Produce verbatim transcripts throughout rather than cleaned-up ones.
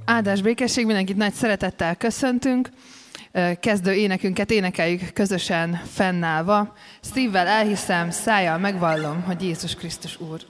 Áldás békesség, mindenkit nagy szeretettel köszöntünk. Kezdő énekünket énekeljük közösen fennállva. Szívvel elhiszem, szájjal megvallom, hogy Jézus Krisztus Úr.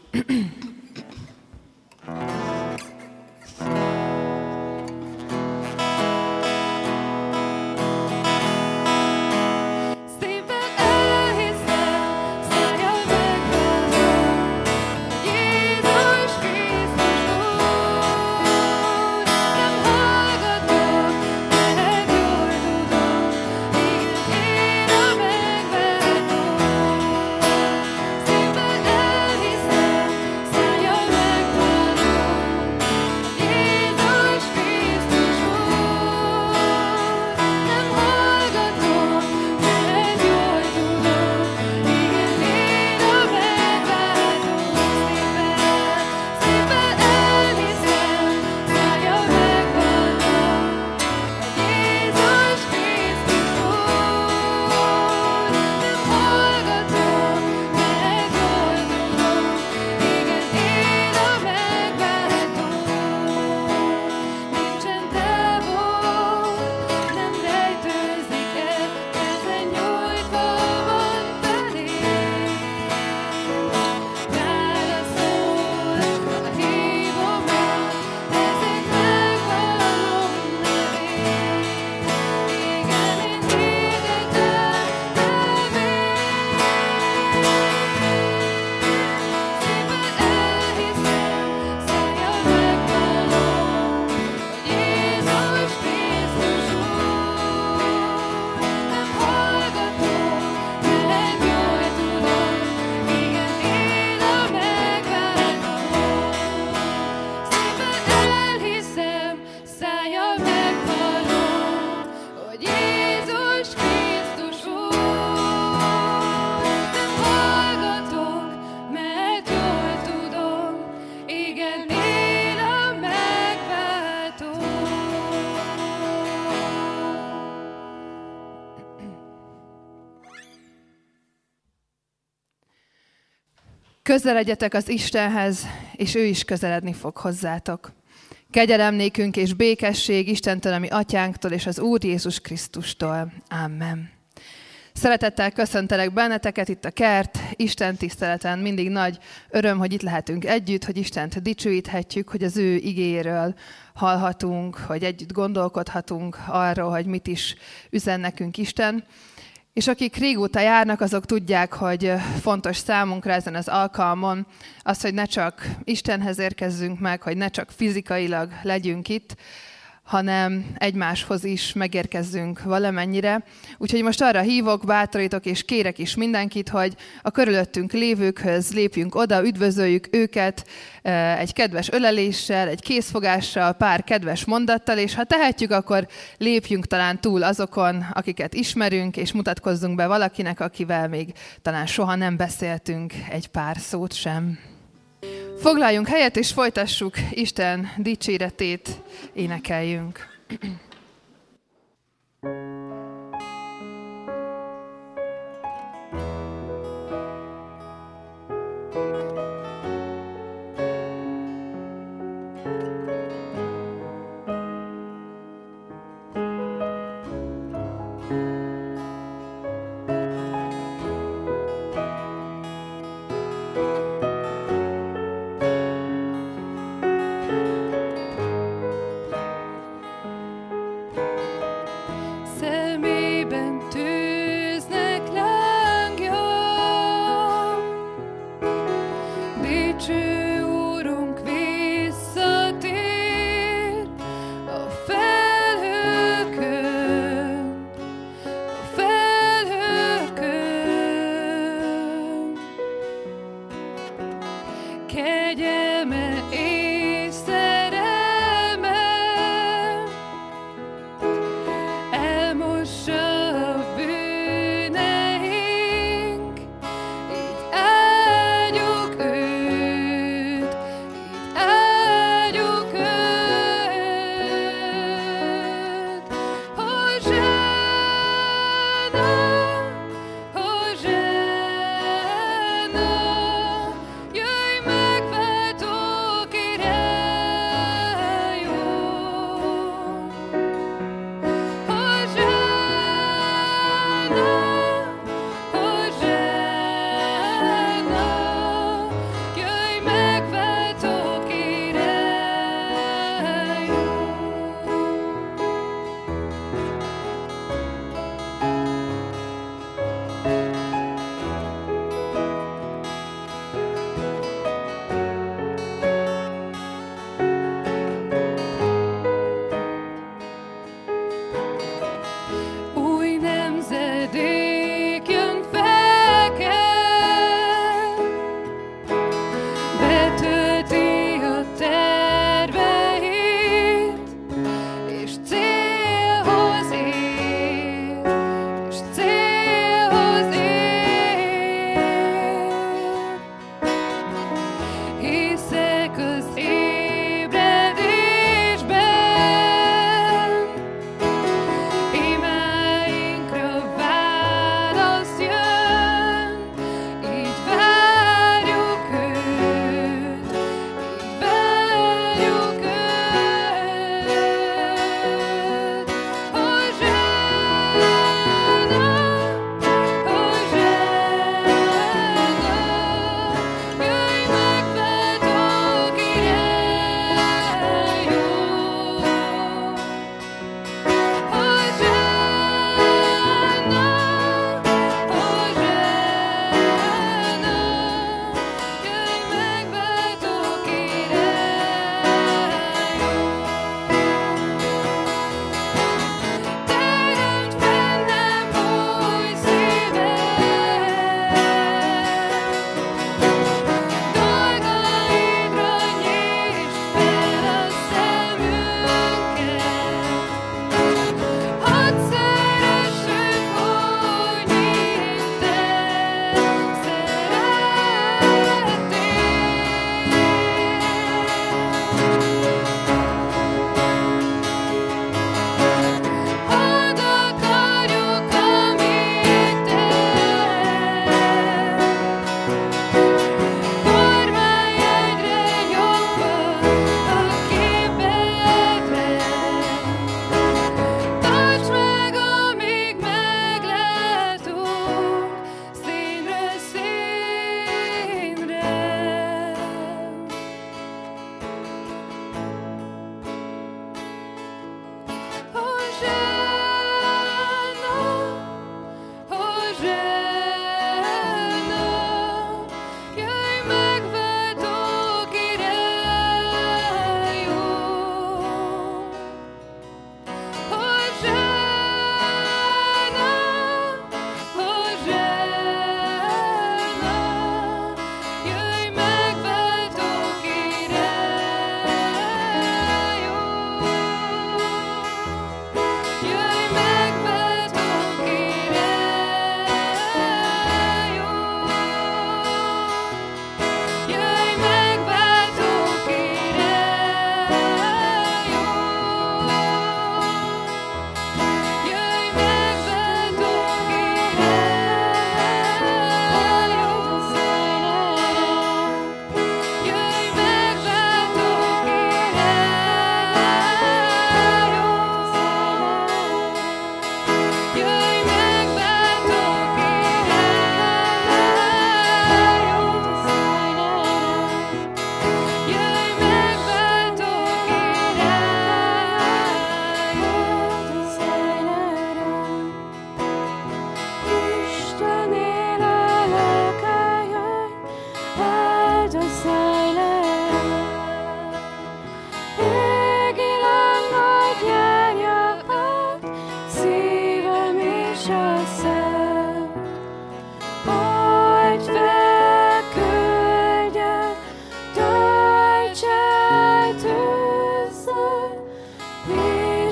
Közeledjetek az Istenhez, és ő is közeledni fog hozzátok. Kegyelem nékünk és békesség Istentől, ami Atyánktól és az Úr Jézus Krisztustól. Amen. Szeretettel köszöntelek benneteket itt a kert, Isten tiszteleten. Mindig nagy öröm, hogy itt lehetünk együtt, hogy Istent dicsőíthetjük, hogy az ő igéről hallhatunk, hogy együtt gondolkodhatunk arról, hogy mit is üzen nekünk Isten. És akik régóta járnak, azok tudják, hogy fontos számunkra ezen az alkalmon az, hogy ne csak Istenhez érkezzünk meg, hogy ne csak fizikailag legyünk itt, hanem egymáshoz is megérkezzünk valamennyire. Úgyhogy most arra hívok, bátorítok és kérek is mindenkit, hogy a körülöttünk lévőkhöz lépjünk oda, üdvözöljük őket egy kedves öleléssel, egy készfogással, pár kedves mondattal, és ha tehetjük, akkor lépjünk talán túl azokon, akiket ismerünk, és mutatkozzunk be valakinek, akivel még talán soha nem beszéltünk egy pár szót sem. Foglaljunk helyet, és folytassuk Isten dicséretét, énekeljünk.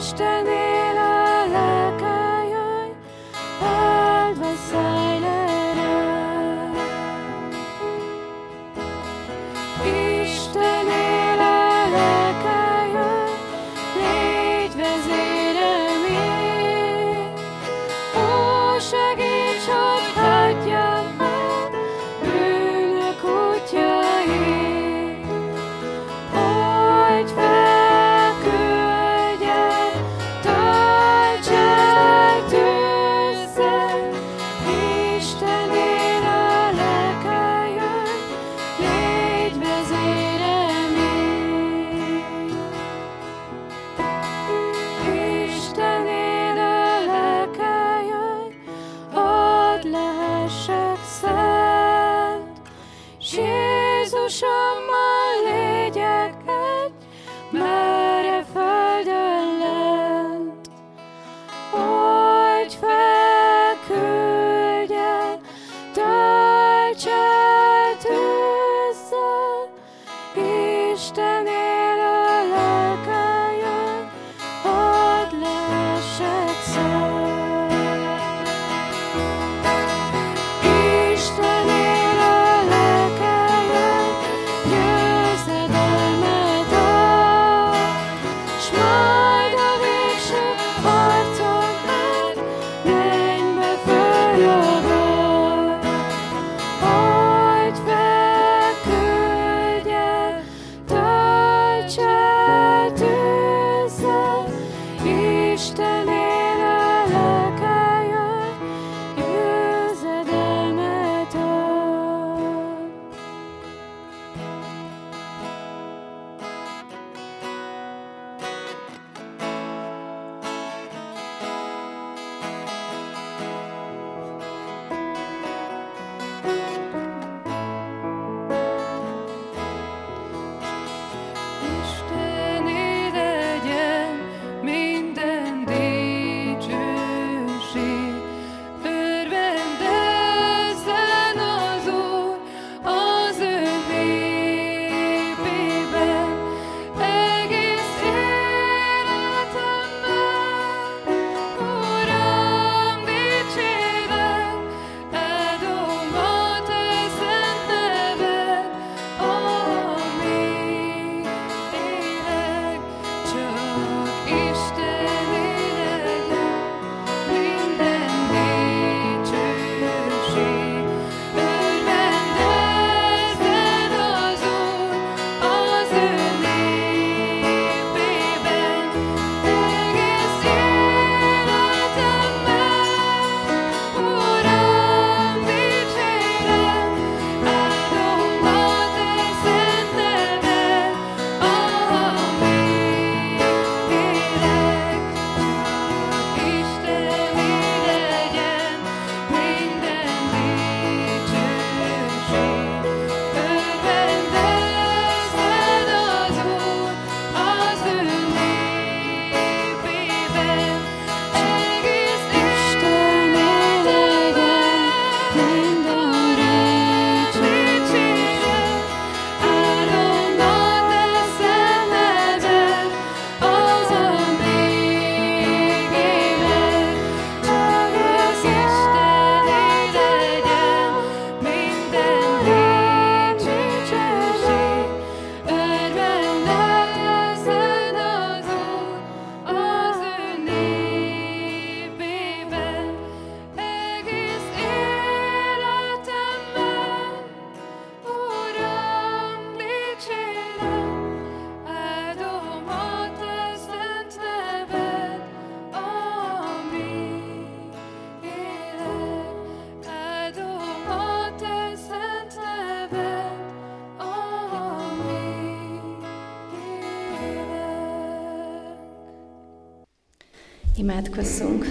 Imádkozzunk!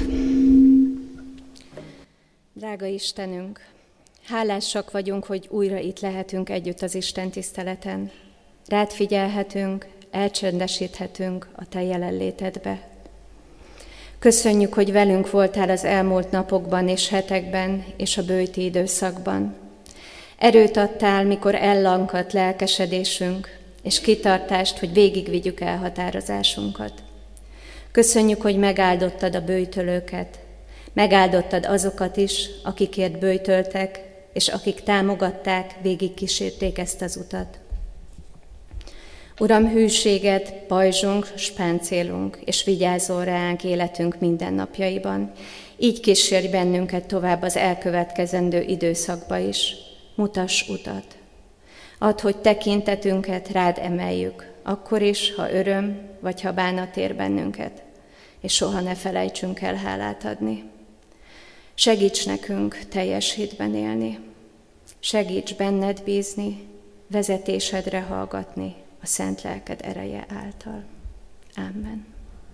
Drága Istenünk, hálásak vagyunk, hogy újra itt lehetünk együtt az Isten tiszteleten. Rád figyelhetünk, elcsendesíthetünk a Te jelenlétedbe. Köszönjük, hogy velünk voltál az elmúlt napokban és hetekben és a bőti időszakban. Erőt adtál, mikor ellankadt lelkesedésünk, és kitartást, hogy végigvigyük elhatározásunkat. Köszönjük, hogy megáldottad a böjtölőket, megáldottad azokat is, akikért böjtöltek, és akik támogatták, végig kísérték ezt az utat. Uram, hűséged, pajzsunk, spáncélunk, és vigyázol ránk életünk mindennapjaiban. Így kísérj bennünket tovább az elkövetkezendő időszakba is. Mutass utat. Add, hogy tekintetünket rád emeljük, akkor is, ha öröm vagy ha bánat ér bennünket, és soha ne felejtsünk el hálát adni. Segíts nekünk teljes hitben élni, segíts benned bízni, vezetésedre hallgatni a szent lelked ereje által. Amen.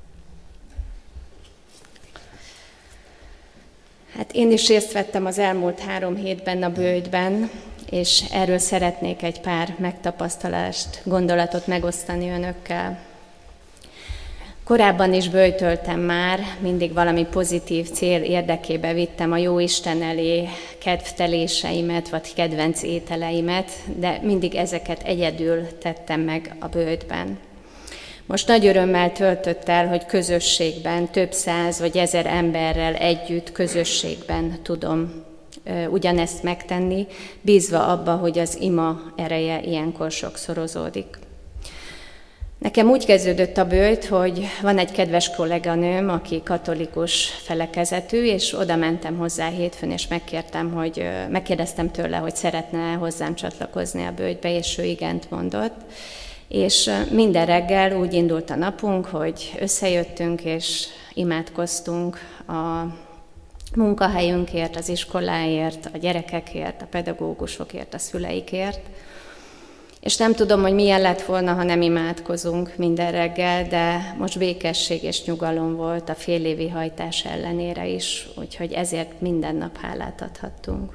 Hát én is részt vettem az elmúlt három hétben a böjtben, és erről szeretnék egy pár megtapasztalást, gondolatot megosztani önökkel. Korábban is böjtöltem már, mindig valami pozitív cél érdekébe vittem a Jóisten elé kedvteléseimet, vagy kedvenc ételeimet, de mindig ezeket egyedül tettem meg a böjtben. Most nagy örömmel töltött el, hogy közösségben, több száz vagy ezer emberrel együtt közösségben tudom ugyanezt megtenni, bízva abba, hogy az ima ereje ilyenkor sokszorozódik. Nekem úgy kezdődött a böjt, hogy van egy kedves kolléganőm, aki katolikus felekezetű, és oda mentem hozzá hétfőn, és megkértem, hogy, megkérdeztem tőle, hogy szeretne hozzám csatlakozni a böjtbe, és ő igent mondott. És minden reggel úgy indult a napunk, hogy összejöttünk, és imádkoztunk a munkahelyünkért, az iskoláért, a gyerekekért, a pedagógusokért, a szüleikért. És nem tudom, hogy milyen lett volna, ha nem imádkozunk minden reggel, de most békesség és nyugalom volt a félévi hajtás ellenére is, úgyhogy ezért minden nap hálát adhattunk.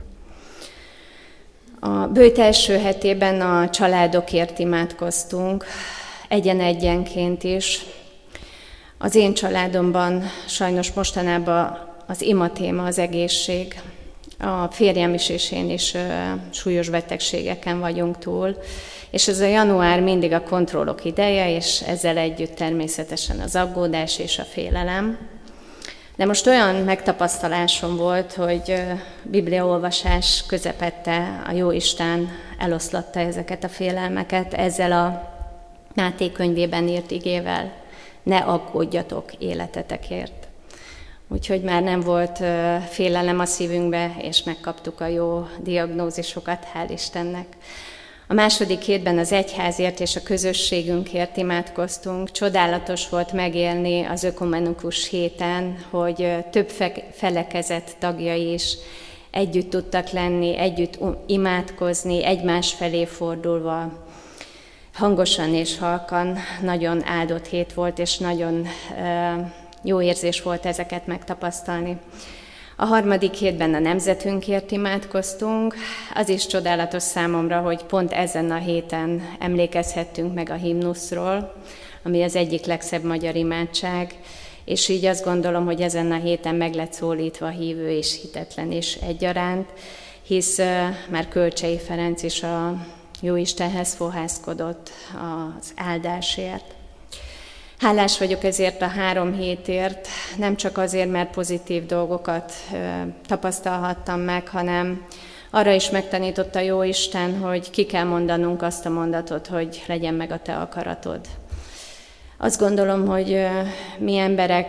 A böjt első hetében a családokért imádkoztunk, egyen-egyenként is. Az én családomban sajnos mostanában az ima téma az egészség. A férjem is és én is ö, súlyos betegségeken vagyunk túl, és ez a január mindig a kontrollok ideje, és ezzel együtt természetesen az aggódás és a félelem. De most olyan megtapasztalásom volt, hogy bibliaolvasás közepette a Jóisten eloszlatta ezeket a félelmeket ezzel a Máté könyvében írt igével: ne aggódjatok életetekért. Úgyhogy már nem volt félelem a szívünkbe, és megkaptuk a jó diagnózisokat, hál' Istennek. A második hétben az egyházért és a közösségünkért imádkoztunk. Csodálatos volt megélni az ökumenikus héten, hogy több felekezet tagjai is együtt tudtak lenni, együtt imádkozni, egymás felé fordulva, hangosan és halkan. Nagyon áldott hét volt, és nagyon jó érzés volt ezeket megtapasztalni. A harmadik hétben a nemzetünkért imádkoztunk. Az is csodálatos számomra, hogy pont ezen a héten emlékezhettünk meg a himnuszról, ami az egyik legszebb magyar imádság, és így azt gondolom, hogy ezen a héten meg lett szólítva hívő és hitetlen is egyaránt, hisz már Kölcsei Ferenc is a Jóistenhez fohászkodott az áldásért. Hálás vagyok ezért a három hétért, nem csak azért, mert pozitív dolgokat ö, tapasztalhattam meg, hanem arra is megtanította Jóisten, hogy ki kell mondanunk azt a mondatot, hogy legyen meg a te akaratod. Azt gondolom, hogy ö, mi emberek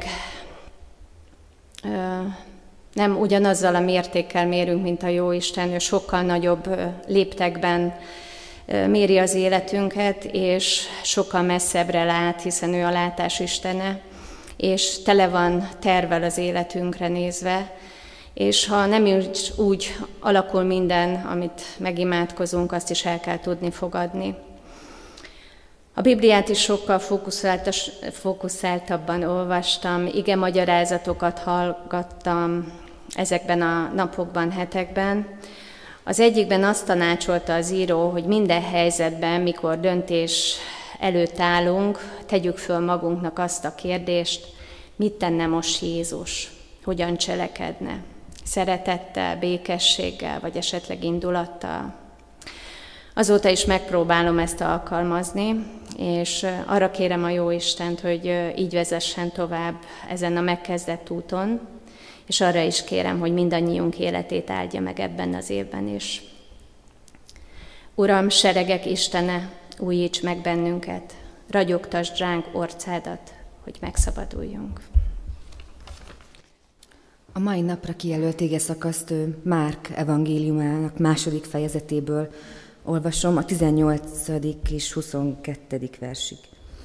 ö, nem ugyanazzal a mértékkel mérünk, mint a Jóisten, ő sokkal nagyobb ö, léptekben méri az életünket, és sokkal messzebbre lát, hiszen ő a látás istene, és tele van tervvel az életünkre nézve, és ha nem úgy, úgy alakul minden, amit megimádkozunk, azt is el kell tudni fogadni. A Bibliát is sokkal fókuszáltabban olvastam, ige magyarázatokat hallgattam ezekben a napokban, hetekben. Az egyikben azt tanácsolta az író, hogy minden helyzetben, mikor döntés előtt állunk, tegyük föl magunknak azt a kérdést, mit tenne most Jézus, hogyan cselekedne, szeretettel, békességgel, vagy esetleg indulattal. Azóta is megpróbálom ezt alkalmazni, és arra kérem a Jóistent, hogy így vezessen tovább ezen a megkezdett úton, és arra is kérem, hogy mindannyiunk életét áldja meg ebben az évben is. Uram, seregek Istene, újíts meg bennünket, ragyogtasd ránk orcádat, hogy megszabaduljunk. A mai napra kijelölt igeszakaszt Márk evangéliumának második fejezetéből olvasom a tizennyolcadik és huszonkettedik versig.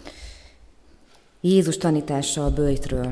Jézus tanítása a böjtről.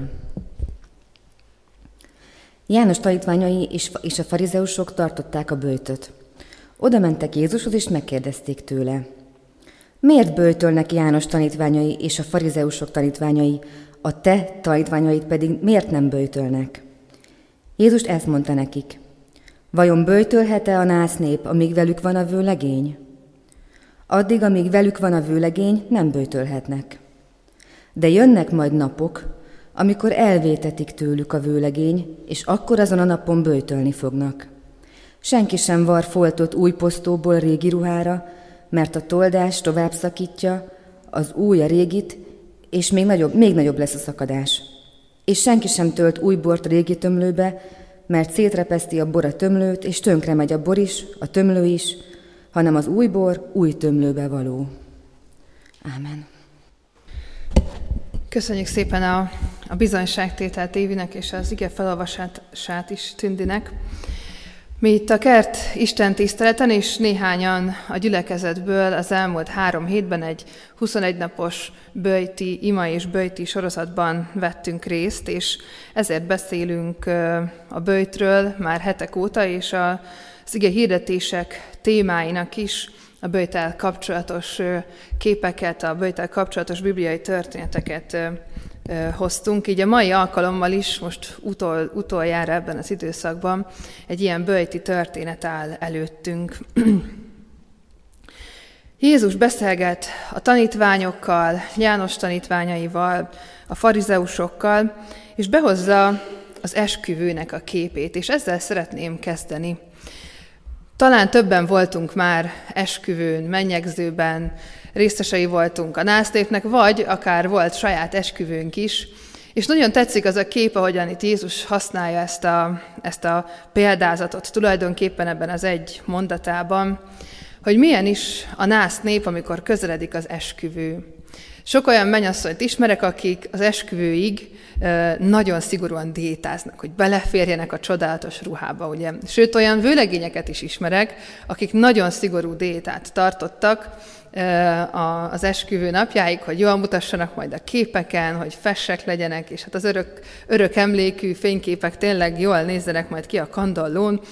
János tanítványai és a farizeusok tartották a böjtöt. Oda mentek Jézushoz, és megkérdezték tőle: miért böjtölnek János tanítványai és a farizeusok tanítványai, a te tanítványaid pedig miért nem böjtölnek? Jézus ezt mondta nekik: vajon böjtölhet-e a nász nép, amíg velük van a vőlegény? Addig, amíg velük van a vőlegény, nem böjtölhetnek. De jönnek majd napok, amikor elvétetik tőlük a vőlegény, és akkor azon a napon böjtölni fognak. Senki sem var foltot új posztóból régi ruhára, mert a toldás tovább szakítja az új a régit, és még nagyobb, még nagyobb lesz a szakadás. És senki sem tölt új bort régi tömlőbe, mert szétrepeszti a bor a tömlőt, és tönkre megy a bor is, a tömlő is, hanem az új bor új tömlőbe való. Ámen. Köszönjük szépen a, a bizonyságtételt Évinek és az ige felolvasását is Tündinek. Mi itt a Kert Isten tiszteleten, és néhányan a gyülekezetből az elmúlt három hétben egy huszonegy napos böjti, ima és böjti sorozatban vettünk részt, és ezért beszélünk a böjtről már hetek óta, és az ige hirdetések témáinak is a böjttel kapcsolatos képeket, a böjttel kapcsolatos bibliai történeteket hoztunk. Így a mai alkalommal is, most utol, utoljára ebben az időszakban egy ilyen böjti történet áll előttünk. Jézus beszélget a tanítványokkal, János tanítványaival, a farizeusokkal, és behozza az esküvőnek a képét, és ezzel szeretném kezdeni. Talán többen voltunk már esküvőn, mennyegzőben, részesei voltunk a násznépnek, vagy akár volt saját esküvőnk is, és nagyon tetszik az a kép, ahogyan itt Jézus használja ezt a, ezt a példázatot tulajdonképpen ebben az egy mondatában, hogy milyen is a násznép, amikor közeledik az esküvő. Sok olyan mennyasszonyt ismerek, akik az esküvőig nagyon szigorúan diétáznak, hogy beleférjenek a csodálatos ruhába, ugye. Sőt, olyan vőlegényeket is ismerek, akik nagyon szigorú diétát tartottak az esküvő napjáig, hogy jól mutassanak majd a képeken, hogy fessek legyenek, és hát az örök, örök emlékű fényképek tényleg jól nézzenek majd ki a kandallón.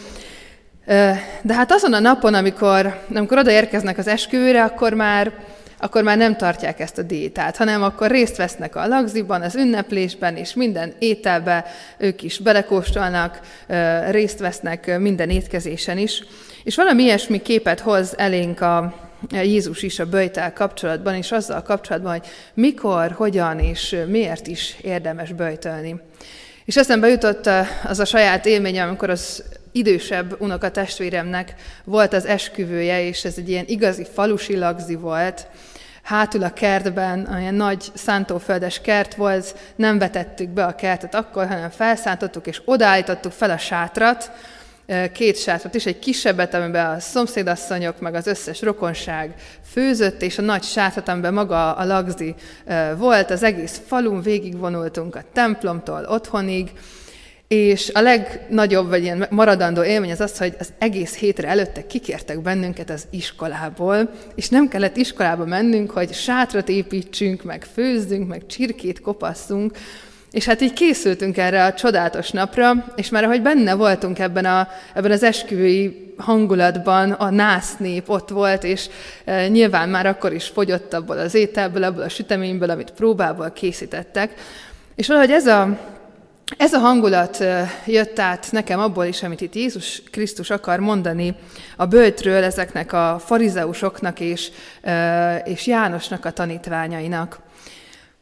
De hát azon a napon, amikor, amikor odaérkeznek az esküvőre, akkor már akkor már nem tartják ezt a diétát, hanem akkor részt vesznek a lagziban, az ünneplésben, és minden ételbe ők is belekóstolnak, részt vesznek minden étkezésen is. És valami ilyesmi képet hoz elénk a Jézus is a böjttel kapcsolatban, és azzal kapcsolatban, hogy mikor, hogyan és miért is érdemes böjtölni. És eszembe jutott az a saját élmény, amikor az idősebb unokatestvéremnek volt az esküvője, és ez egy ilyen igazi falusi lagzi volt. Hátul a kertben, olyan nagy szántóföldes kert volt, nem vetettük be a kertet akkor, hanem felszántottuk, és odaállítottuk fel a sátrat, két sátrat is, egy kisebbet, amiben a szomszédasszonyok, meg az összes rokonság főzött, és a nagy sátrat, amiben maga a lagzi volt, az egész falun végigvonultunk a templomtól otthonig, és a legnagyobb, vagy ilyen maradandó élmény az az, hogy az egész hétre előtte kikértek bennünket az iskolából, és nem kellett iskolába mennünk, hogy sátrat építsünk, meg főzzünk, meg csirkét kopasszunk, és hát így készültünk erre a csodálatos napra, és már ahogy benne voltunk ebben, a, ebben az esküvői hangulatban, a násznép ott volt, és e, nyilván már akkor is fogyott abból az ételből, abból a süteményből, amit próbából készítettek. És valahogy ez a Ez a hangulat jött át nekem abból is, amit itt Jézus Krisztus akar mondani a böjtről ezeknek a farizeusoknak és, és Jánosnak a tanítványainak.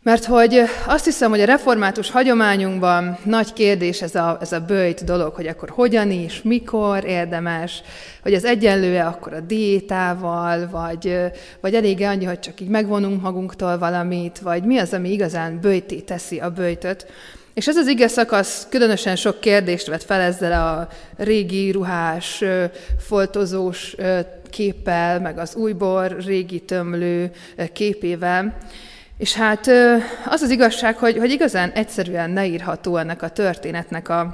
Mert hogy azt hiszem, hogy a református hagyományunkban nagy kérdés ez a, ez a böjt dolog, hogy akkor hogyan is, mikor érdemes, hogy ez egyenlő-e akkor a diétával, vagy, vagy elég-e annyi, hogy csak így megvonunk magunktól valamit, vagy mi az, ami igazán böjté teszi a böjtöt. És ez az ige szakasz különösen sok kérdést vet fel ezzel a régi ruhás, foltozós képpel, meg az újbor régi tömlő képével. És hát az az igazság, hogy, hogy igazán egyszerűen leírható ennek a történetnek a,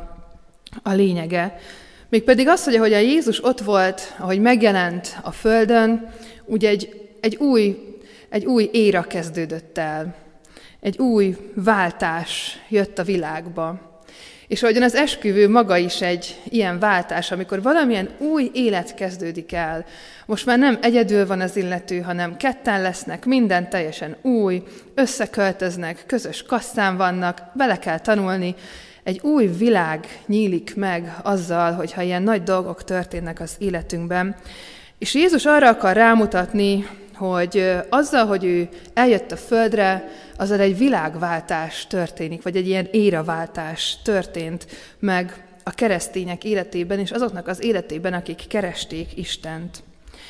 a lényege. Mégpedig az, hogy ahogy a Jézus ott volt, ahogy megjelent a földön, úgy egy, egy, új, egy új éra kezdődött el. Egy új váltás jött a világba. És ahogyan az esküvő maga is egy ilyen váltás, amikor valamilyen új élet kezdődik el. Most már nem egyedül van az illető, hanem ketten lesznek, minden teljesen új, összeköltöznek, közös kasszán vannak, bele kell tanulni. Egy új világ nyílik meg azzal, hogyha ilyen nagy dolgok történnek az életünkben. És Jézus arra akar rámutatni, hogy azzal, hogy ő eljött a földre, azzal egy világváltás történik, vagy egy ilyen éraváltás történt meg a keresztények életében, és azoknak az életében, akik keresték Istent.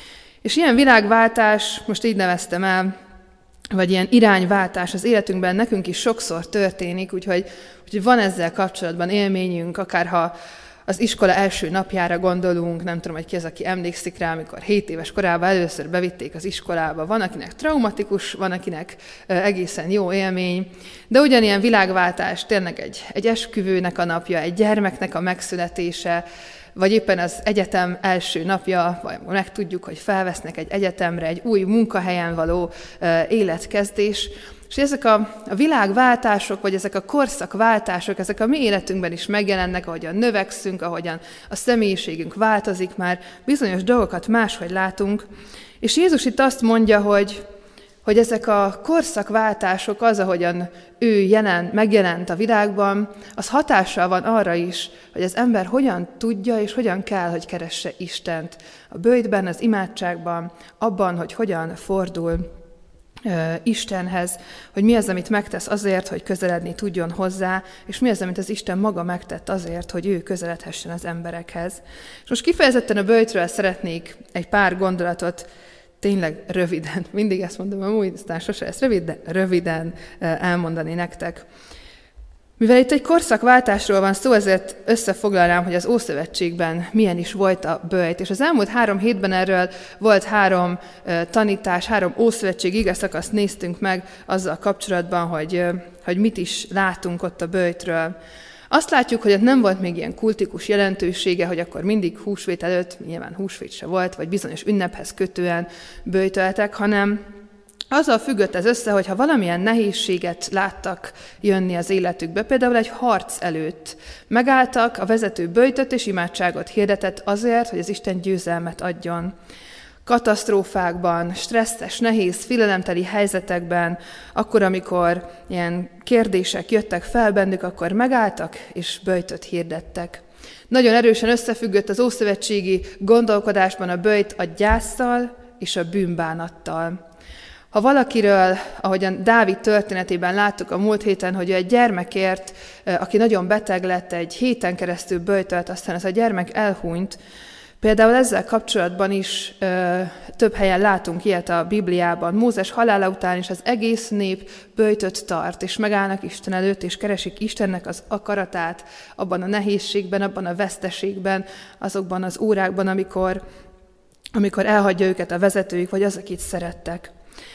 És ilyen világváltás, most így neveztem el, vagy ilyen irányváltás az életünkben nekünk is sokszor történik, úgyhogy, úgyhogy van ezzel kapcsolatban élményünk, akárha az iskola első napjára gondolunk, nem tudom, hogy ki az, aki emlékszik rá, amikor hét éves korában először bevitték az iskolába. Van, akinek traumatikus, van, akinek egészen jó élmény, de ugyanilyen világváltás tényleg egy, egy esküvőnek a napja, egy gyermeknek a megszületése, vagy éppen az egyetem első napja, vagy megtudjuk, hogy felvesznek egy egyetemre, egy új munkahelyen való életkezdés. És ezek a, a világváltások, vagy ezek a korszakváltások, ezek a mi életünkben is megjelennek, ahogyan növekszünk, ahogyan a személyiségünk változik, már bizonyos dolgokat máshogy látunk. És Jézus itt azt mondja, hogy, hogy ezek a korszakváltások, az, ahogyan ő jelen, megjelent a világban, az hatással van arra is, hogy az ember hogyan tudja és hogyan kell, hogy keresse Istent. A böjtben, az imádságban, abban, hogy hogyan fordul Istenhez, hogy mi az, amit megtesz azért, hogy közeledni tudjon hozzá, és mi az, amit az Isten maga megtett azért, hogy ő közeledhessen az emberekhez. És most kifejezetten a böjtről szeretnék egy pár gondolatot, tényleg röviden, mindig ezt mondom, amúgy aztán sose lesz rövid, de röviden elmondani nektek. Mivel itt egy korszakváltásról van szó, ezért összefoglalnám, hogy az Ószövetségben milyen is volt a böjt. És az elmúlt három hétben erről volt három tanítás, három Ószövetség igeszakaszt néztünk meg azzal kapcsolatban, hogy, hogy mit is látunk ott a böjtről. Azt látjuk, hogy ott nem volt még ilyen kultikus jelentősége, hogy akkor mindig húsvét előtt, nyilván húsvét se volt, vagy bizonyos ünnephez kötően böjtöltek, hanem azzal függött ez össze, hogy ha valamilyen nehézséget láttak jönni az életükbe, például egy harc előtt, megálltak, a vezető böjtött és imádságot hirdetett azért, hogy az Isten győzelmet adjon. Katasztrófákban, stresszes, nehéz, félelemteli helyzetekben, akkor, amikor ilyen kérdések jöttek fel bennük, akkor megálltak és böjtöt hirdettek. Nagyon erősen összefüggött az ószövetségi gondolkodásban a böjt a gyásszal és a bűnbánattal. Ha valakiről, ahogyan Dávid történetében láttuk a múlt héten, hogy ő egy gyermekért, aki nagyon beteg lett, egy héten keresztül böjtölt, aztán ez a gyermek elhunyt, például ezzel kapcsolatban is ö, több helyen látunk ilyet a Bibliában. Mózes halála után is az egész nép böjtöt tart, és megállnak Isten előtt, és keresik Istennek az akaratát abban a nehézségben, abban a veszteségben, azokban az órákban, amikor, amikor elhagyja őket a vezetőjük, vagy az, akit szerettek.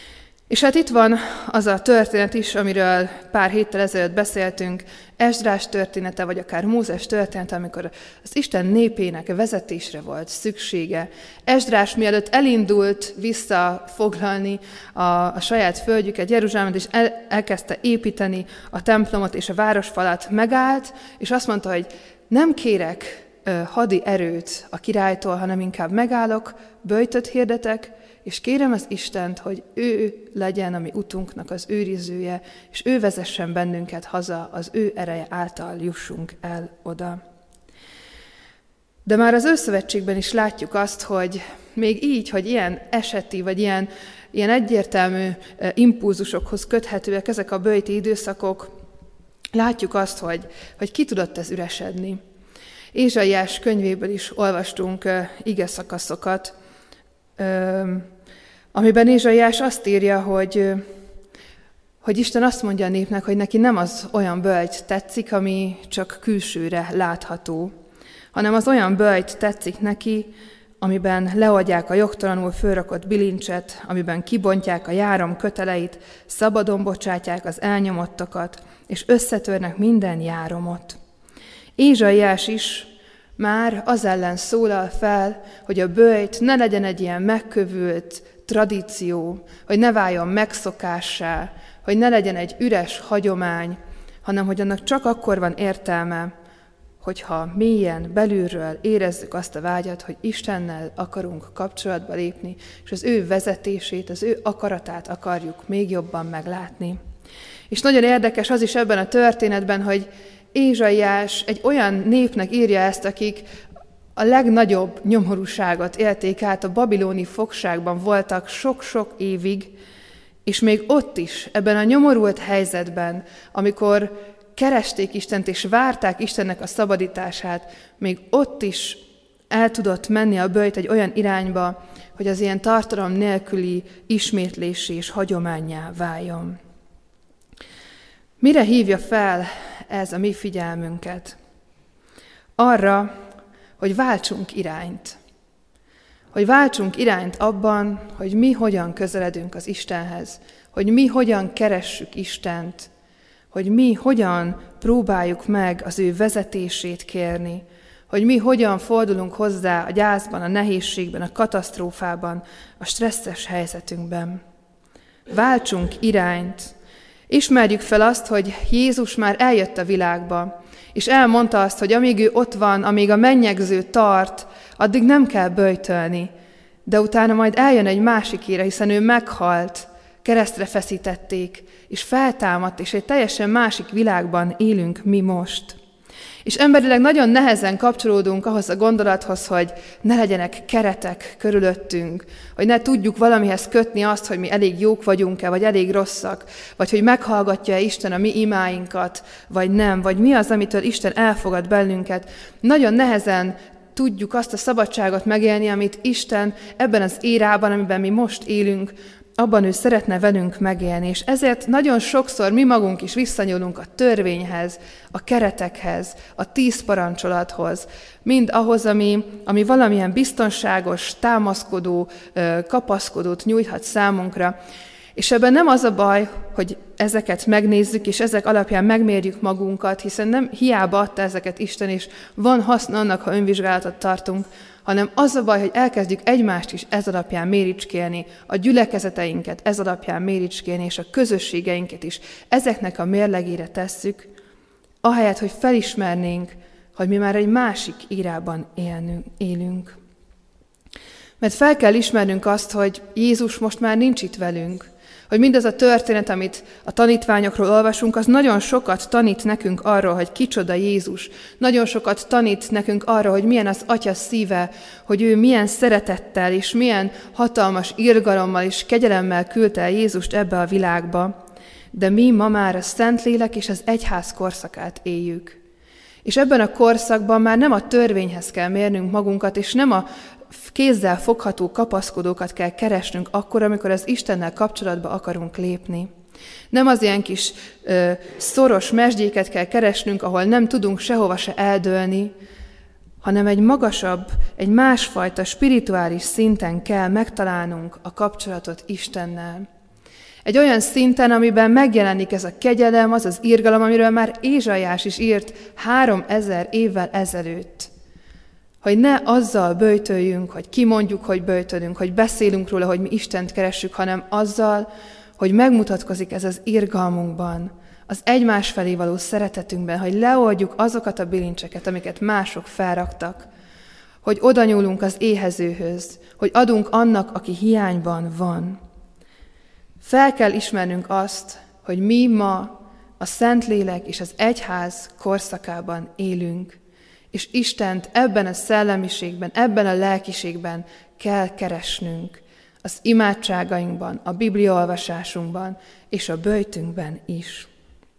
És hát itt van az a történet is, amiről pár héttel ezelőtt beszéltünk, Esdrás története, vagy akár Mózes története, amikor az Isten népének vezetésre volt szüksége. Esdrás mielőtt elindult visszafoglalni a, a saját földjüket, Jeruzsálemet, és el, elkezdte építeni a templomot és a városfalat, megállt, és azt mondta, hogy nem kérek ö, hadi erőt a királytól, hanem inkább megállok, böjtöt hirdetek, és kérem az Istent, hogy ő legyen a mi utunknak az őrizője, és ő vezessen bennünket haza, az ő ereje által jussunk el oda. De már az Őszövetségben is látjuk azt, hogy még így, hogy ilyen eseti, vagy ilyen ilyen egyértelmű impulzusokhoz köthetőek ezek a böjti időszakok. Látjuk azt, hogy, hogy ki tudott ez üresedni. Ézsaiás könyvéből is olvastunk uh, ige szakaszokat, uh, amiben Ézsaiás azt írja, hogy, uh, hogy Isten azt mondja a népnek, hogy neki nem az olyan böjt tetszik, ami csak külsőre látható, hanem az olyan böjt tetszik neki, amiben leadják a jogtalanul fölrakott bilincset, amiben kibontják a járom köteleit, szabadon bocsátják az elnyomottakat, és összetörnek minden járomot. Ézsaiás is már az ellen szólal fel, hogy a böjt ne legyen egy ilyen megkövült tradíció, hogy ne váljon megszokássá, hogy ne legyen egy üres hagyomány, hanem hogy annak csak akkor van értelme, hogyha mélyen, belülről érezzük azt a vágyat, hogy Istennel akarunk kapcsolatba lépni, és az ő vezetését, az ő akaratát akarjuk még jobban meglátni. És nagyon érdekes az is ebben a történetben, hogy Ézsaiás egy olyan népnek írja ezt, akik a legnagyobb nyomorúságot élték át, a babiloni fogságban voltak sok-sok évig, és még ott is, ebben a nyomorult helyzetben, amikor keresték Istent és várták Istennek a szabadítását, még ott is el tudott menni a böjt egy olyan irányba, hogy az ilyen tartalom nélküli ismétlésé és hagyománnyá váljon. Mire hívja fel ez a mi figyelmünket? Arra, hogy váltsunk irányt. Hogy váltsunk irányt abban, hogy mi hogyan közeledünk az Istenhez, hogy mi hogyan keressük Istent, hogy mi hogyan próbáljuk meg az ő vezetését kérni, hogy mi hogyan fordulunk hozzá a gyászban, a nehézségben, a katasztrófában, a stresszes helyzetünkben. Váltsunk irányt. Ismerjük fel azt, hogy Jézus már eljött a világba, és elmondta azt, hogy amíg ő ott van, amíg a mennyegző tart, addig nem kell böjtölni, de utána majd eljön egy másik ére, hiszen ő meghalt, keresztre feszítették, és feltámadt, és egy teljesen másik világban élünk mi most. És emberileg nagyon nehezen kapcsolódunk ahhoz a gondolathoz, hogy ne legyenek keretek körülöttünk, hogy ne tudjuk valamihez kötni azt, hogy mi elég jók vagyunk-e, vagy elég rosszak, vagy hogy meghallgatja-e Isten a mi imáinkat, vagy nem, vagy mi az, amitől Isten elfogad bennünket. Nagyon nehezen tudjuk azt a szabadságot megélni, amit Isten ebben az érában, amiben mi most élünk, abban ő szeretne velünk megélni, és ezért nagyon sokszor mi magunk is visszanyúlunk a törvényhez, a keretekhez, a tíz parancsolathoz, mind ahhoz, ami, ami valamilyen biztonságos, támaszkodó, kapaszkodót nyújthat számunkra. És ebben nem az a baj, hogy ezeket megnézzük, és ezek alapján megmérjük magunkat, hiszen nem hiába adta ezeket Isten, és van haszna annak, ha önvizsgálatot tartunk, hanem az a baj, hogy elkezdjük egymást is ez alapján méricskélni, a gyülekezeteinket ez alapján méricskélni, és a közösségeinket is ezeknek a mérlegére tesszük, ahelyett, hogy felismernénk, hogy mi már egy másik írában élnünk, élünk. Mert fel kell ismernünk azt, hogy Jézus most már nincs itt velünk, hogy mindaz a történet, amit a tanítványokról olvasunk, az nagyon sokat tanít nekünk arról, hogy kicsoda Jézus. Nagyon sokat tanít nekünk arról, hogy milyen az Atya szíve, hogy ő milyen szeretettel és milyen hatalmas irgalommal és kegyelemmel küldte el Jézust ebbe a világba. De mi ma már a Szentlélek és az egyház korszakát éljük. És ebben a korszakban már nem a törvényhez kell mérnünk magunkat, és nem a kézzel fogható kapaszkodókat kell keresnünk akkor, amikor az Istennel kapcsolatba akarunk lépni. Nem az ilyen kis ö, szoros mesdjéket kell keresnünk, ahol nem tudunk sehova se eldőlni, hanem egy magasabb, egy másfajta spirituális szinten kell megtalálnunk a kapcsolatot Istennel. Egy olyan szinten, amiben megjelenik ez a kegyelem, az az irgalom, amiről már Ézsaiás is írt három ezer évvel ezelőtt. Hogy ne azzal böjtöljünk, hogy kimondjuk, hogy böjtölünk, hogy beszélünk róla, hogy mi Istent keressük, hanem azzal, hogy megmutatkozik ez az irgalmunkban, az egymás felé való szeretetünkben, hogy leoldjuk azokat a bilincseket, amiket mások felraktak, hogy oda nyúlunk az éhezőhöz, hogy adunk annak, aki hiányban van. Fel kell ismernünk azt, hogy mi ma a Szentlélek és az egyház korszakában élünk, és Istent ebben a szellemiségben, ebben a lelkiségben kell keresnünk. az imádságainkban, a bibliaolvasásunkban és a böjtünkben is.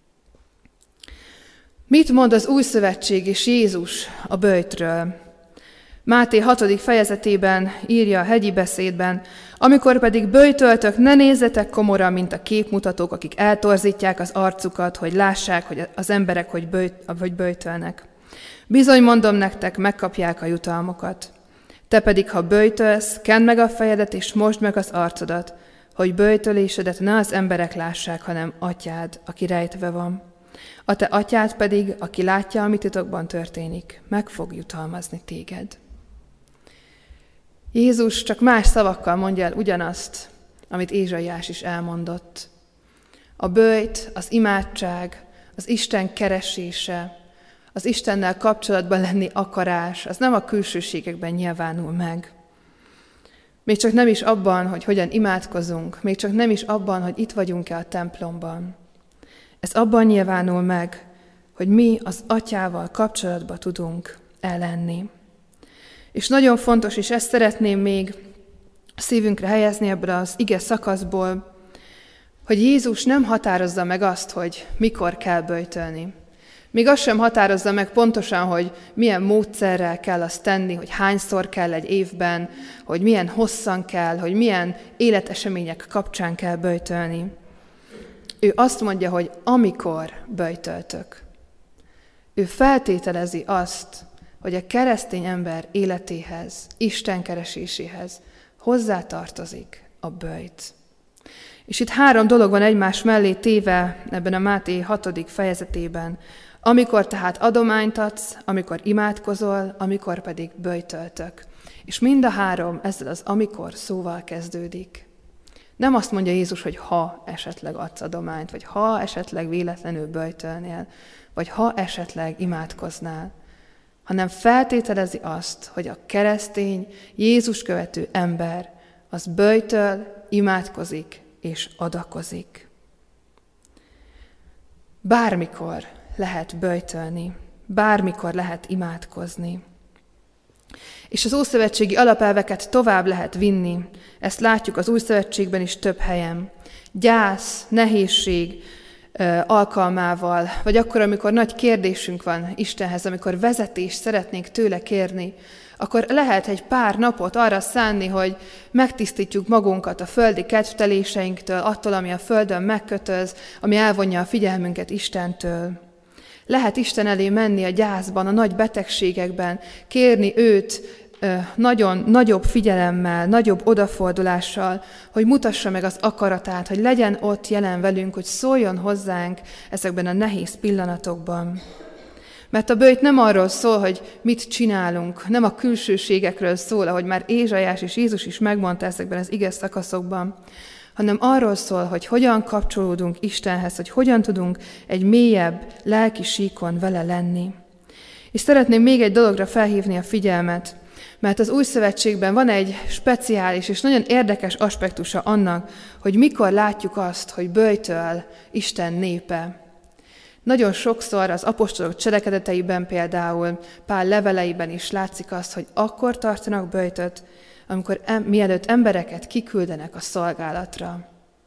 Mit mond az új szövetség és Jézus a böjtről? Máté hatodik fejezetében írja a hegyi beszédben, amikor pedig böjtöltök, ne nézzetek komorra, mint a képmutatók, akik eltorzítják az arcukat, hogy lássák, hogy az emberek hogy, böjt, hogy böjtölnek. Bizony mondom nektek, megkapják a jutalmukat. Te pedig, ha böjtölsz, kend meg a fejedet és mosd meg az arcodat, hogy böjtölésedet ne az emberek lássák, hanem atyád, aki rejtve van. A te atyád pedig, aki látja, ami titokban történik, meg fog jutalmazni téged. Jézus csak más szavakkal mondja el ugyanazt, amit Ézsaiás is elmondott. A böjt, az imádság, az Isten keresése, az Istennel kapcsolatban lenni akarás, az nem a külsőségekben nyilvánul meg. Még csak nem is abban, hogy hogyan imádkozunk, még csak nem is abban, hogy itt vagyunk-e a templomban. Ez abban nyilvánul meg, hogy mi az Atyával kapcsolatba tudunk ellenni. És nagyon fontos, és ezt szeretném még szívünkre helyezni ebből az ige szakaszból, hogy Jézus nem határozza meg azt, hogy mikor kell böjtölni. Még azt sem határozza meg pontosan, hogy milyen módszerrel kell azt tenni, hogy hányszor kell egy évben, hogy milyen hosszan kell, hogy milyen életesemények kapcsán kell böjtölni. Ő azt mondja, hogy amikor böjtöltök. Ő feltételezi azt, hogy a keresztény ember életéhez, Isten kereséséhez hozzátartozik a böjt. És itt három dolog van egymás mellé téve ebben a Máté hatodik fejezetében, amikor tehát adományt adsz, amikor imádkozol, amikor pedig böjtöltök. És mind a három ezzel az amikor szóval kezdődik. Nem azt mondja Jézus, hogy ha esetleg adsz adományt, vagy ha esetleg véletlenül böjtölnél, vagy ha esetleg imádkoznál, hanem feltételezi azt, hogy a keresztény, Jézus követő ember az böjtöl, imádkozik és adakozik. Bármikor lehet böjtölni, bármikor lehet imádkozni. És az ószövetségi alapelveket tovább lehet vinni, ezt látjuk az új szövetségben is több helyen. Gyász, nehézség alkalmával, vagy akkor, amikor nagy kérdésünk van Istenhez, amikor vezetést szeretnénk tőle kérni, akkor lehet egy pár napot arra szánni, hogy megtisztítjuk magunkat a földi kedvteléseinktől, attól, ami a földön megkötöz, ami elvonja a figyelmünket Istentől. Lehet Isten elé menni a gyászban, a nagy betegségekben, kérni őt nagyon nagyobb figyelemmel, nagyobb odafordulással, hogy mutassa meg az akaratát, hogy legyen ott jelen velünk, hogy szóljon hozzánk ezekben a nehéz pillanatokban. Mert a böjt nem arról szól, hogy mit csinálunk, nem a külsőségekről szól, ahogy már Ézsaiás és Jézus is megmondta ezekben az ige szakaszokban, hanem arról szól, hogy hogyan kapcsolódunk Istenhez, hogy hogyan tudunk egy mélyebb lelki síkon vele lenni. És szeretném még egy dologra felhívni a figyelmet, mert az új szövetségben van egy speciális és nagyon érdekes aspektusa annak, hogy mikor látjuk azt, hogy böjtöl Isten népe. Nagyon sokszor az apostolok cselekedeteiben például, Pál leveleiben is látszik azt, hogy akkor tartanak böjtöt, amikor em, mielőtt embereket kiküldenek a szolgálatra.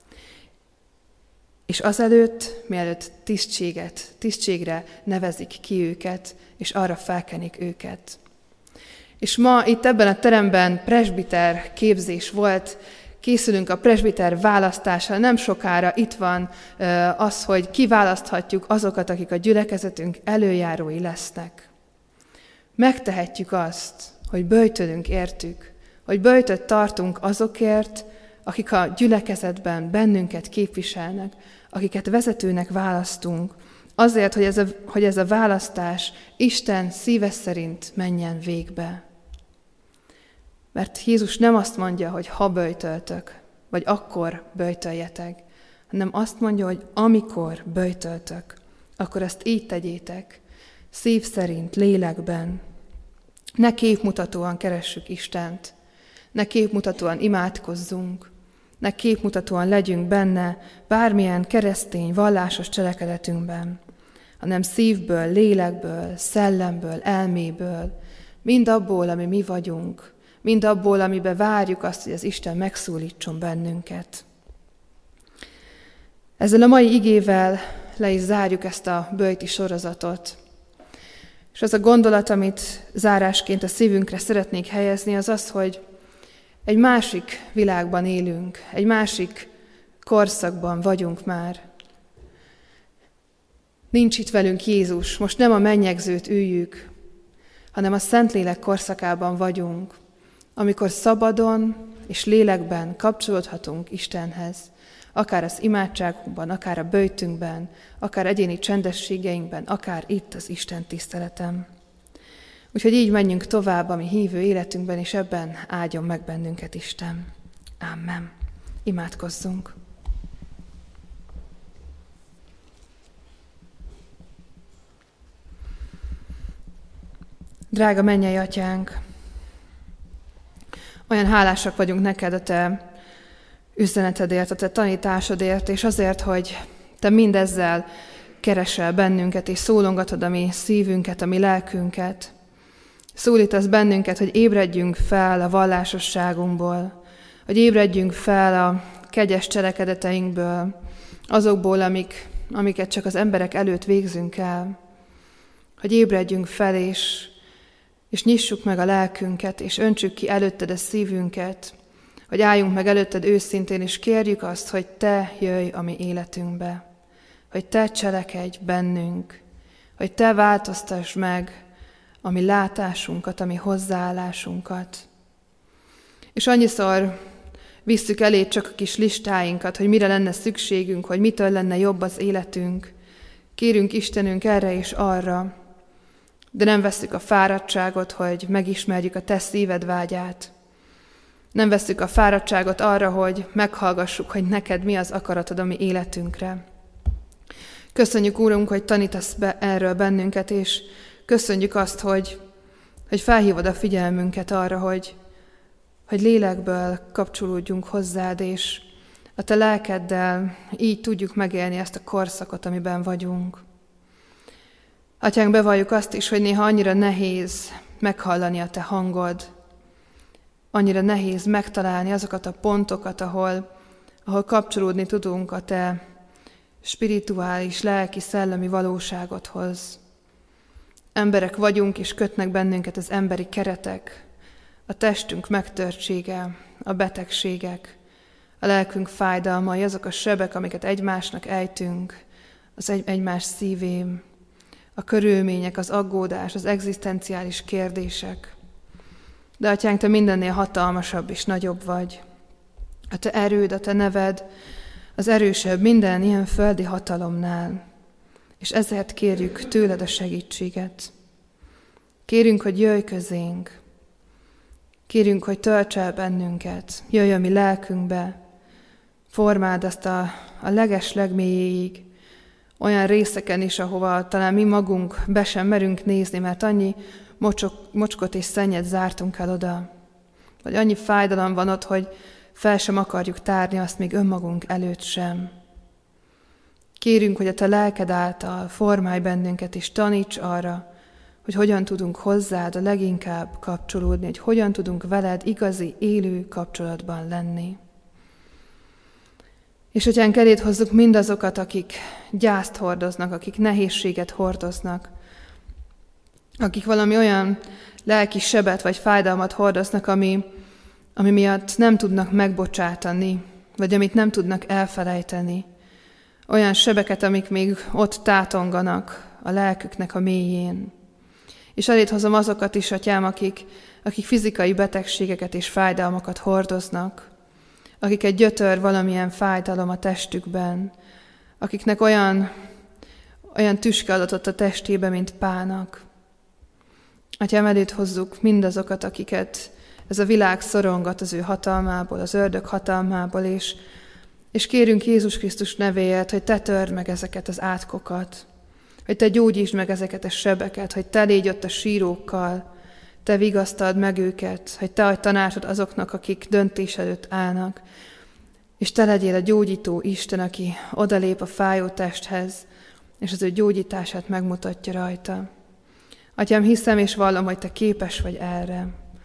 És azelőtt, mielőtt tisztséget, tisztségre nevezik ki őket, és arra felkenik őket. És ma itt ebben a teremben presbiter képzés volt, készülünk a presbiter választásra, nem sokára itt van az, hogy kiválaszthatjuk azokat, akik a gyülekezetünk előjárói lesznek. Megtehetjük azt, hogy böjtölünk értük, hogy böjtöt tartunk azokért, akik a gyülekezetben bennünket képviselnek, akiket vezetőnek választunk, azért, hogy ez a, hogy ez a választás Isten szíve szerint menjen végbe. Mert Jézus nem azt mondja, hogy ha böjtöltök, vagy akkor böjtöljetek, hanem azt mondja, hogy amikor böjtöltök, akkor ezt így tegyétek, szív szerint, lélekben. Ne képmutatóan keressük Istent, ne képmutatóan imádkozzunk, ne képmutatóan legyünk benne bármilyen keresztény, vallásos cselekedetünkben, hanem szívből, lélekből, szellemből, elméből, mind abból, ami mi vagyunk, mind abból, amiben várjuk azt, hogy az Isten megszólítson bennünket. Ezzel a mai igével le is zárjuk ezt a böjti sorozatot. És az a gondolat, amit zárásként a szívünkre szeretnék helyezni, az az, hogy egy másik világban élünk, egy másik korszakban vagyunk már. Nincs itt velünk Jézus, most nem a mennyegzőt üljük, hanem a Szentlélek korszakában vagyunk, amikor szabadon és lélekben kapcsolódhatunk Istenhez, akár az imádságunkban, akár a böjtünkben, akár egyéni csendességeinkben, akár itt az Isten tiszteletem. Úgyhogy így menjünk tovább a mi hívő életünkben, és ebben áldjon meg bennünket Isten. Amen. Imádkozzunk. Drága mennyei Atyánk, olyan hálásak vagyunk neked a Te üzenetedért, a Te tanításodért, és azért, hogy Te mindezzel keresel bennünket, és szólongatod a mi szívünket, a mi lelkünket. Szólítasz bennünket, hogy ébredjünk fel a vallásosságunkból, hogy ébredjünk fel a kegyes cselekedeteinkből, azokból, amik, amiket csak az emberek előtt végzünk el, hogy ébredjünk fel, és, és nyissuk meg a lelkünket, és öntsük ki előtted a szívünket, hogy álljunk meg előtted őszintén, és kérjük azt, hogy Te jöjj a mi életünkbe, hogy Te cselekedj bennünk, hogy Te változtass meg a mi látásunkat, a mi hozzáállásunkat. És annyiszor visszük elé csak a kis listáinkat, hogy mire lenne szükségünk, hogy mitől lenne jobb az életünk. Kérünk Istenünk erre és arra, de nem vesszük a fáradtságot, hogy megismerjük a Te szíved vágyát. Nem vesszük a fáradtságot arra, hogy meghallgassuk, hogy neked mi az akaratod a mi életünkre. Köszönjük, Úrunk, hogy tanítasz be erről bennünket, és köszönjük azt, hogy, hogy felhívod a figyelmünket arra, hogy, hogy lélekből kapcsolódjunk hozzád, és a Te lelkeddel így tudjuk megélni ezt a korszakot, amiben vagyunk. Atyánk, bevalljuk azt is, hogy néha annyira nehéz meghallani a Te hangod, annyira nehéz megtalálni azokat a pontokat, ahol, ahol kapcsolódni tudunk a Te spirituális, lelki, szellemi valóságodhoz. Emberek vagyunk, és kötnek bennünket az emberi keretek, a testünk megtörtsége, a betegségek, a lelkünk fájdalmai, azok a sebek, amiket egymásnak ejtünk, az egy, egymás szívén, a körülmények, az aggódás, az egzisztenciális kérdések. De Atyánk, Te mindennél hatalmasabb és nagyobb vagy. A Te erőd, a Te neved az erősebb minden ilyen földi hatalomnál, és ezért kérjük tőled a segítséget. Kérünk, hogy jöjj közénk, kérünk, hogy tölts el bennünket, jöjj a mi lelkünkbe, formáld ezt a, a leges legmélyéig, olyan részeken is, ahova talán mi magunk be sem merünk nézni, mert annyi mocsok, mocskot és szennyet zártunk el oda, vagy annyi fájdalom van ott, hogy fel sem akarjuk tárni azt még önmagunk előtt sem. Kérünk, hogy a Te lelked által formálj bennünket, és taníts arra, hogy hogyan tudunk hozzád a leginkább kapcsolódni, hogy hogyan tudunk veled igazi, élő kapcsolatban lenni. És Atyánk, eléd hozzuk mindazokat, akik gyászt hordoznak, akik nehézséget hordoznak, akik valami olyan lelki sebet vagy fájdalmat hordoznak, ami, ami miatt nem tudnak megbocsátani, vagy amit nem tudnak elfelejteni. Olyan sebeket, amik még ott tátonganak a lelküknek a mélyén. És eléd hozom azokat is, Atyám, akik, akik fizikai betegségeket és fájdalmakat hordoznak, akiket gyötör valamilyen fájdalom a testükben, akiknek olyan, olyan tüske adott a testébe, mint Pának. Atyám, eléd hozzuk mindazokat, akiket ez a világ szorongat az ő hatalmából, az ördög hatalmából, és, és kérünk Jézus Krisztus nevéért, hogy Te törd meg ezeket az átkokat, hogy Te gyógyítsd meg ezeket a sebeket, hogy Te légy ott a sírókkal, Te vigasztald meg őket, hogy Te adj tanácsot azoknak, akik döntés előtt állnak, és Te legyél a gyógyító Isten, aki odalép a fájó testhez, és az ő gyógyítását megmutatja rajta. Atyám, hiszem és vallom, hogy Te képes vagy erre.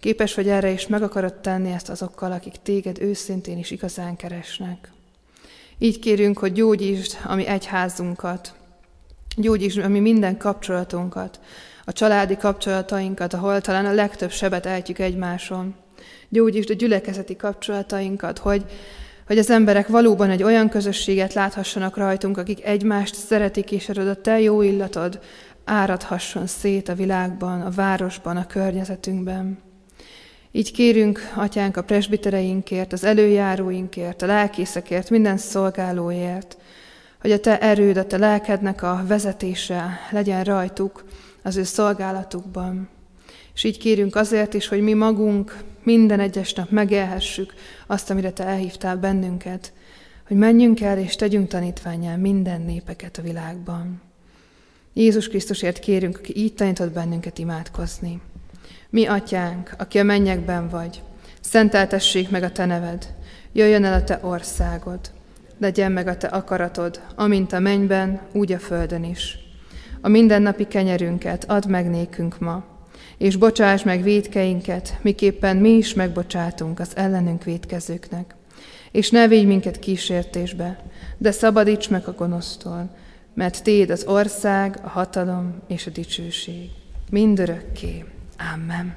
Képes vagy erre, és meg akarod tenni ezt azokkal, akik téged őszintén is igazán keresnek. Így kérünk, hogy gyógyítsd a mi egyházunkat, gyógyítsd a mi minden kapcsolatunkat, a családi kapcsolatainkat, ahol talán a legtöbb sebet ejtjük egymáson. Gyógyítsd a gyülekezeti kapcsolatainkat, hogy, hogy az emberek valóban egy olyan közösséget láthassanak rajtunk, akik egymást szeretik, és a te jó illatod áradhasson szét a világban, a városban, a környezetünkben. Így kérünk, Atyánk, a presbitereinkért, az előjáróinkért, a lelkészekért, minden szolgálóért, hogy a te erőd, a te lelkednek a vezetése legyen rajtuk az ő szolgálatukban. És így kérünk azért is, hogy mi magunk minden egyes nap megélhessük azt, amire te elhívtál bennünket, hogy menjünk el és tegyünk tanítvánnyá minden népeket a világban. Jézus Krisztusért kérünk, aki így tanított bennünket imádkozni. Mi, Atyánk, aki a mennyekben vagy, szenteltessék meg a te neved, jöjjön el a te országod, legyen meg a te akaratod, amint a mennyben, úgy a földön is. A mindennapi kenyerünket add meg nékünk ma, és bocsáss meg vétkeinket, miképpen mi is megbocsátunk az ellenünk vétkezőknek. És ne védj minket kísértésbe, de szabadíts meg a gonosztól, mert tiéd az ország, a hatalom és a dicsőség. Mindörökké. Amen.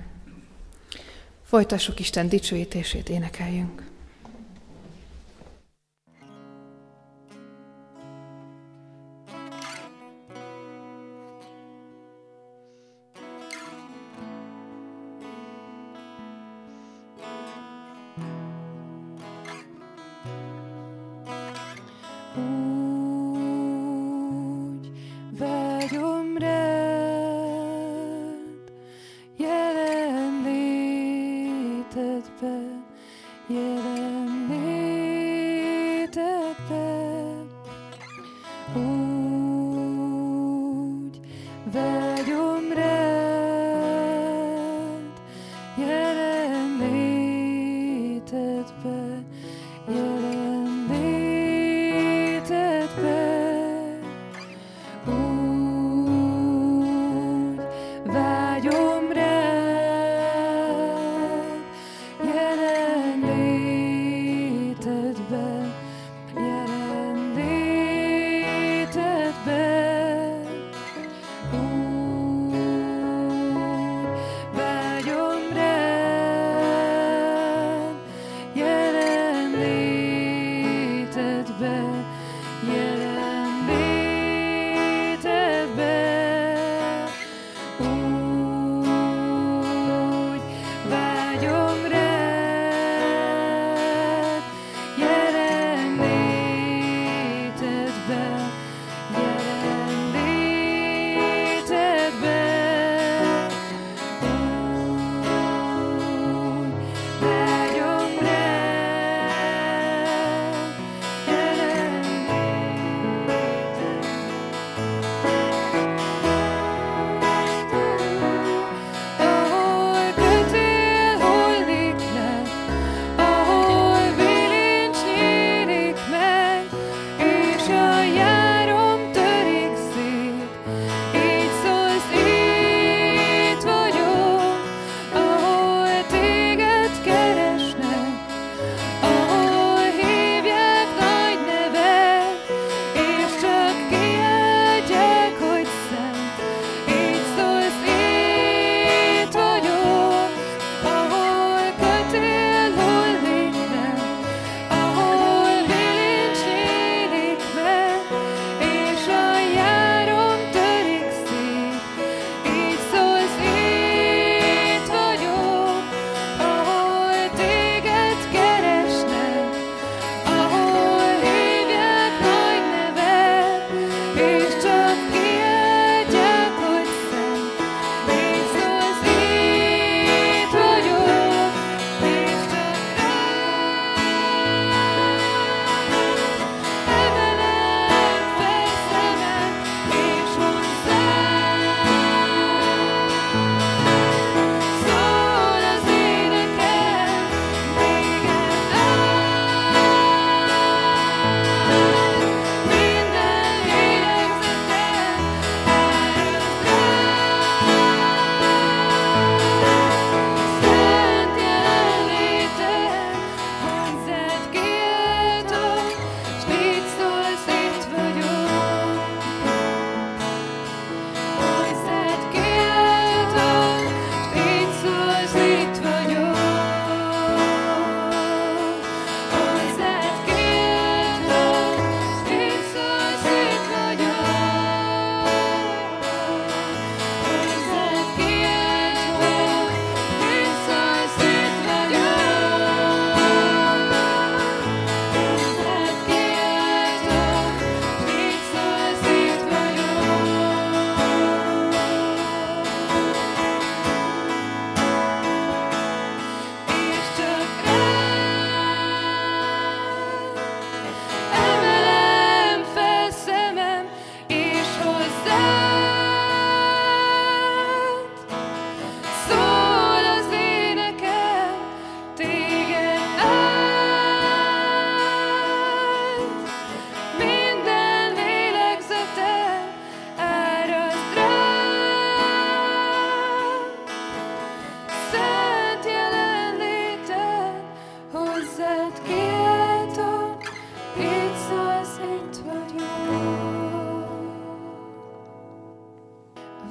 Folytassuk Isten dicsőítését, énekeljünk. Ooh.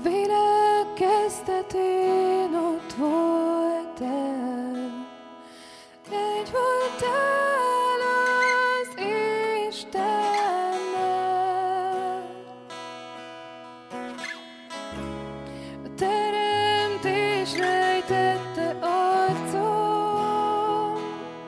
világ kezdetén ott voltál, egy voltál az Istennel. A teremtés rejtette arcon,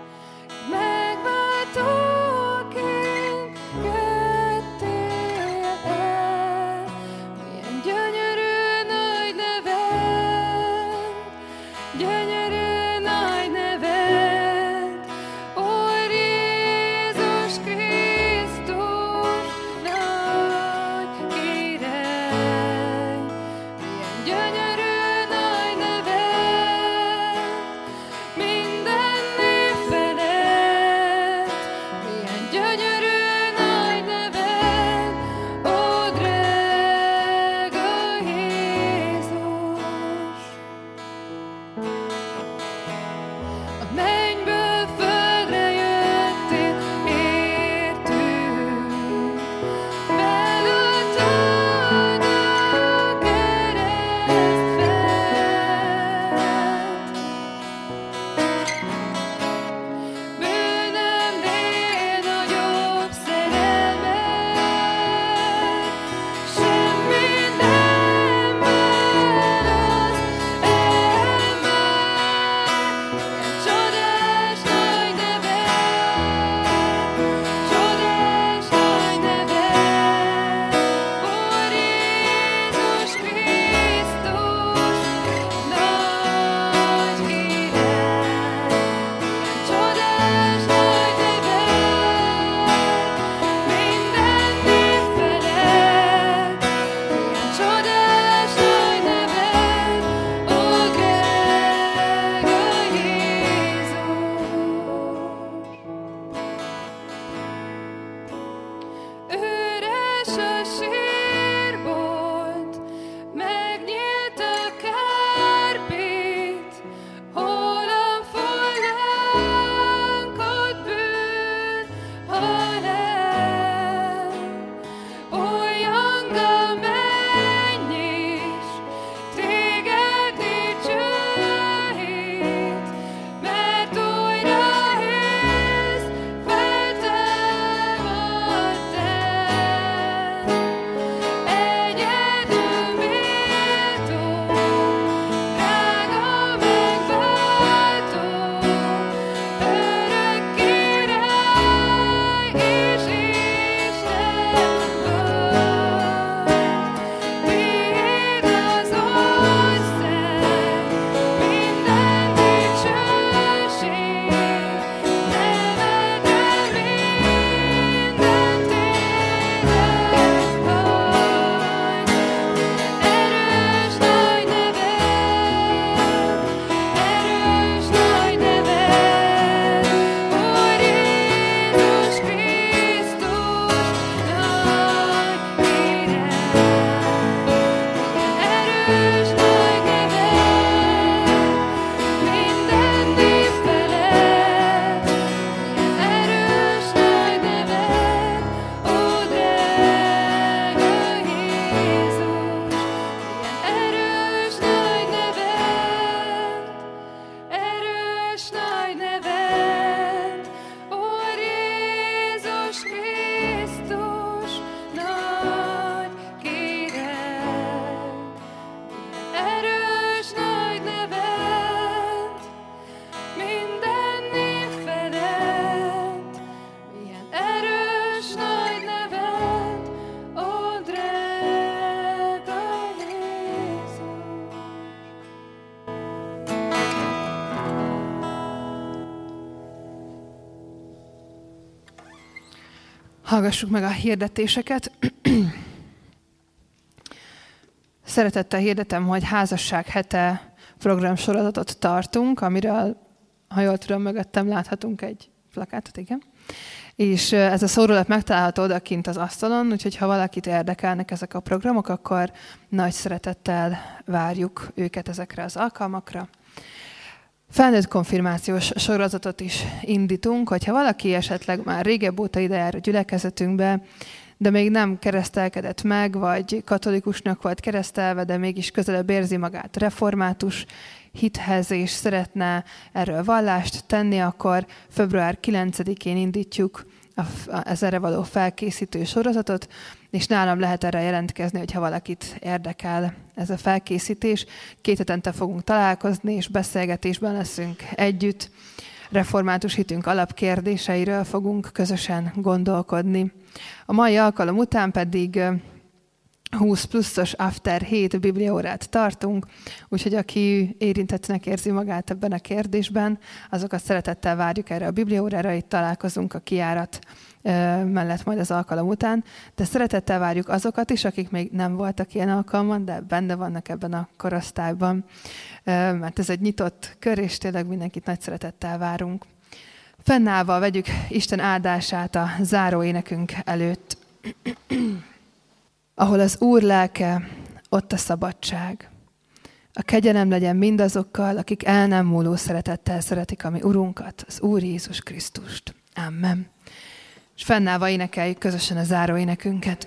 megváltóként jöttél el. Milyen gyönyörű nagy neved, gyönyörű nagy neved, Úr Jézus Krisztus, nagy király. Milyen gyönyörű nagy neved, minden név felett. Milyen gyönyörű nagy neved, ó drága Jézus. A mennyből földre jöttél, értünk, beloltad a keresztfát. Bűnömnél nagyobb szerelmet semmi nem választ el már. Csodás nagy neved, csodás nagy neved, Úr Jézus Krisztus, nagy király. Csodás nagy neved, minden név felett. Milyen csodás nagy neved, ó drága Jézus. Üres a sírbolt, megnyílt a kárpit, hol a fullánkot bűn, halál. Olyan a menny is, téged dicsőít, mert újra élsz, feltámadtál. Egyedül méltó, drága megváltó, örök király és Isten vagy. Tiéd az ország, minden dicsőség, nevedre minden téged vagy. Erős nagy neved, erős nagy neved, Úr Jézus Krisztus, nagy király. Erős nagy neved, minden név felett. Erős nagy neved, ó drága Jézus. Erős nagy neved, erős nagy neved, Úr Jézus Krisztus, nagy király. Erős nagy neved, minden név felett. Milyen erős nagy neved, ó drága Jézus. Hallgassuk meg a hirdetéseket. Szeretettel hirdetem, hogy házasság hete programsorozatot tartunk, amiről, ha jól tudom, mögöttem láthatunk egy plakátot, igen. És ez a szórólap megtalálható odakint az asztalon, úgyhogy ha valakit érdekelnek ezek a programok, akkor nagy szeretettel várjuk őket ezekre az alkalmakra. Felnőtt konfirmációs sorozatot is indítunk, hogyha valaki esetleg már régebb óta ide jár a gyülekezetünkbe, de még nem keresztelkedett meg, vagy katolikusnak volt keresztelve, de mégis közelebb érzi magát református hithez, és szeretne erről vallást tenni, akkor február kilencedikén indítjuk az erre való felkészítő sorozatot, és nálam lehet erre jelentkezni, hogyha valakit érdekel ez a felkészítés. Két hetente fogunk találkozni, és beszélgetésben leszünk együtt. Református hitünk alapkérdéseiről fogunk közösen gondolkodni. A mai alkalom után pedig húsz pluszos After hét bibliaórát tartunk, úgyhogy aki érintettnek érzi magát ebben a kérdésben, azokat szeretettel várjuk erre a bibliaórára, itt találkozunk a kijárat mellett majd az alkalom után, de szeretettel várjuk azokat is, akik még nem voltak ilyen alkalman, de benne vannak ebben a korosztályban, mert ez egy nyitott kör, és tényleg mindenkit nagy szeretettel várunk. Fennállva vegyük Isten áldását a záróénekünk előtt. Ahol az Úr lelke, ott a szabadság. A kegyelem legyen mindazokkal, akik el nem múló szeretettel szeretik a mi Urunkat, az Úr Jézus Krisztust. Amen. És fennállva énekeljük közösen a záróénekünket.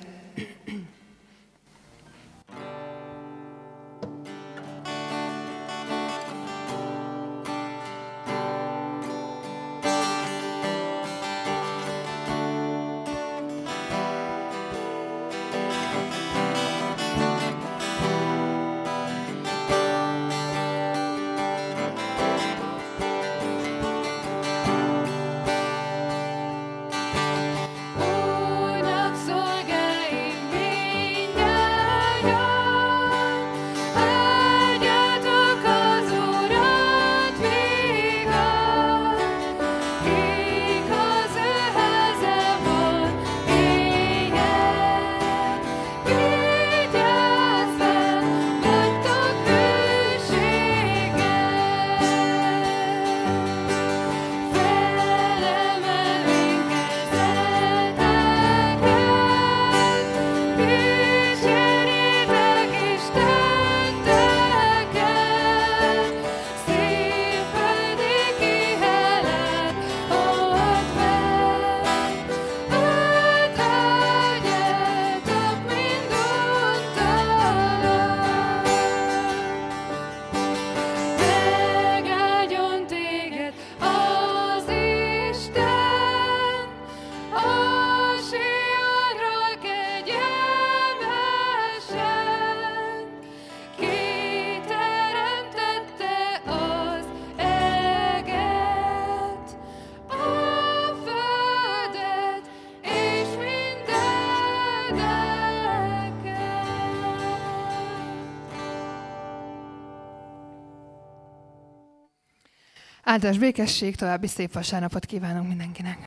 Áldás békesség, további szép vasárnapot kívánunk mindenkinek!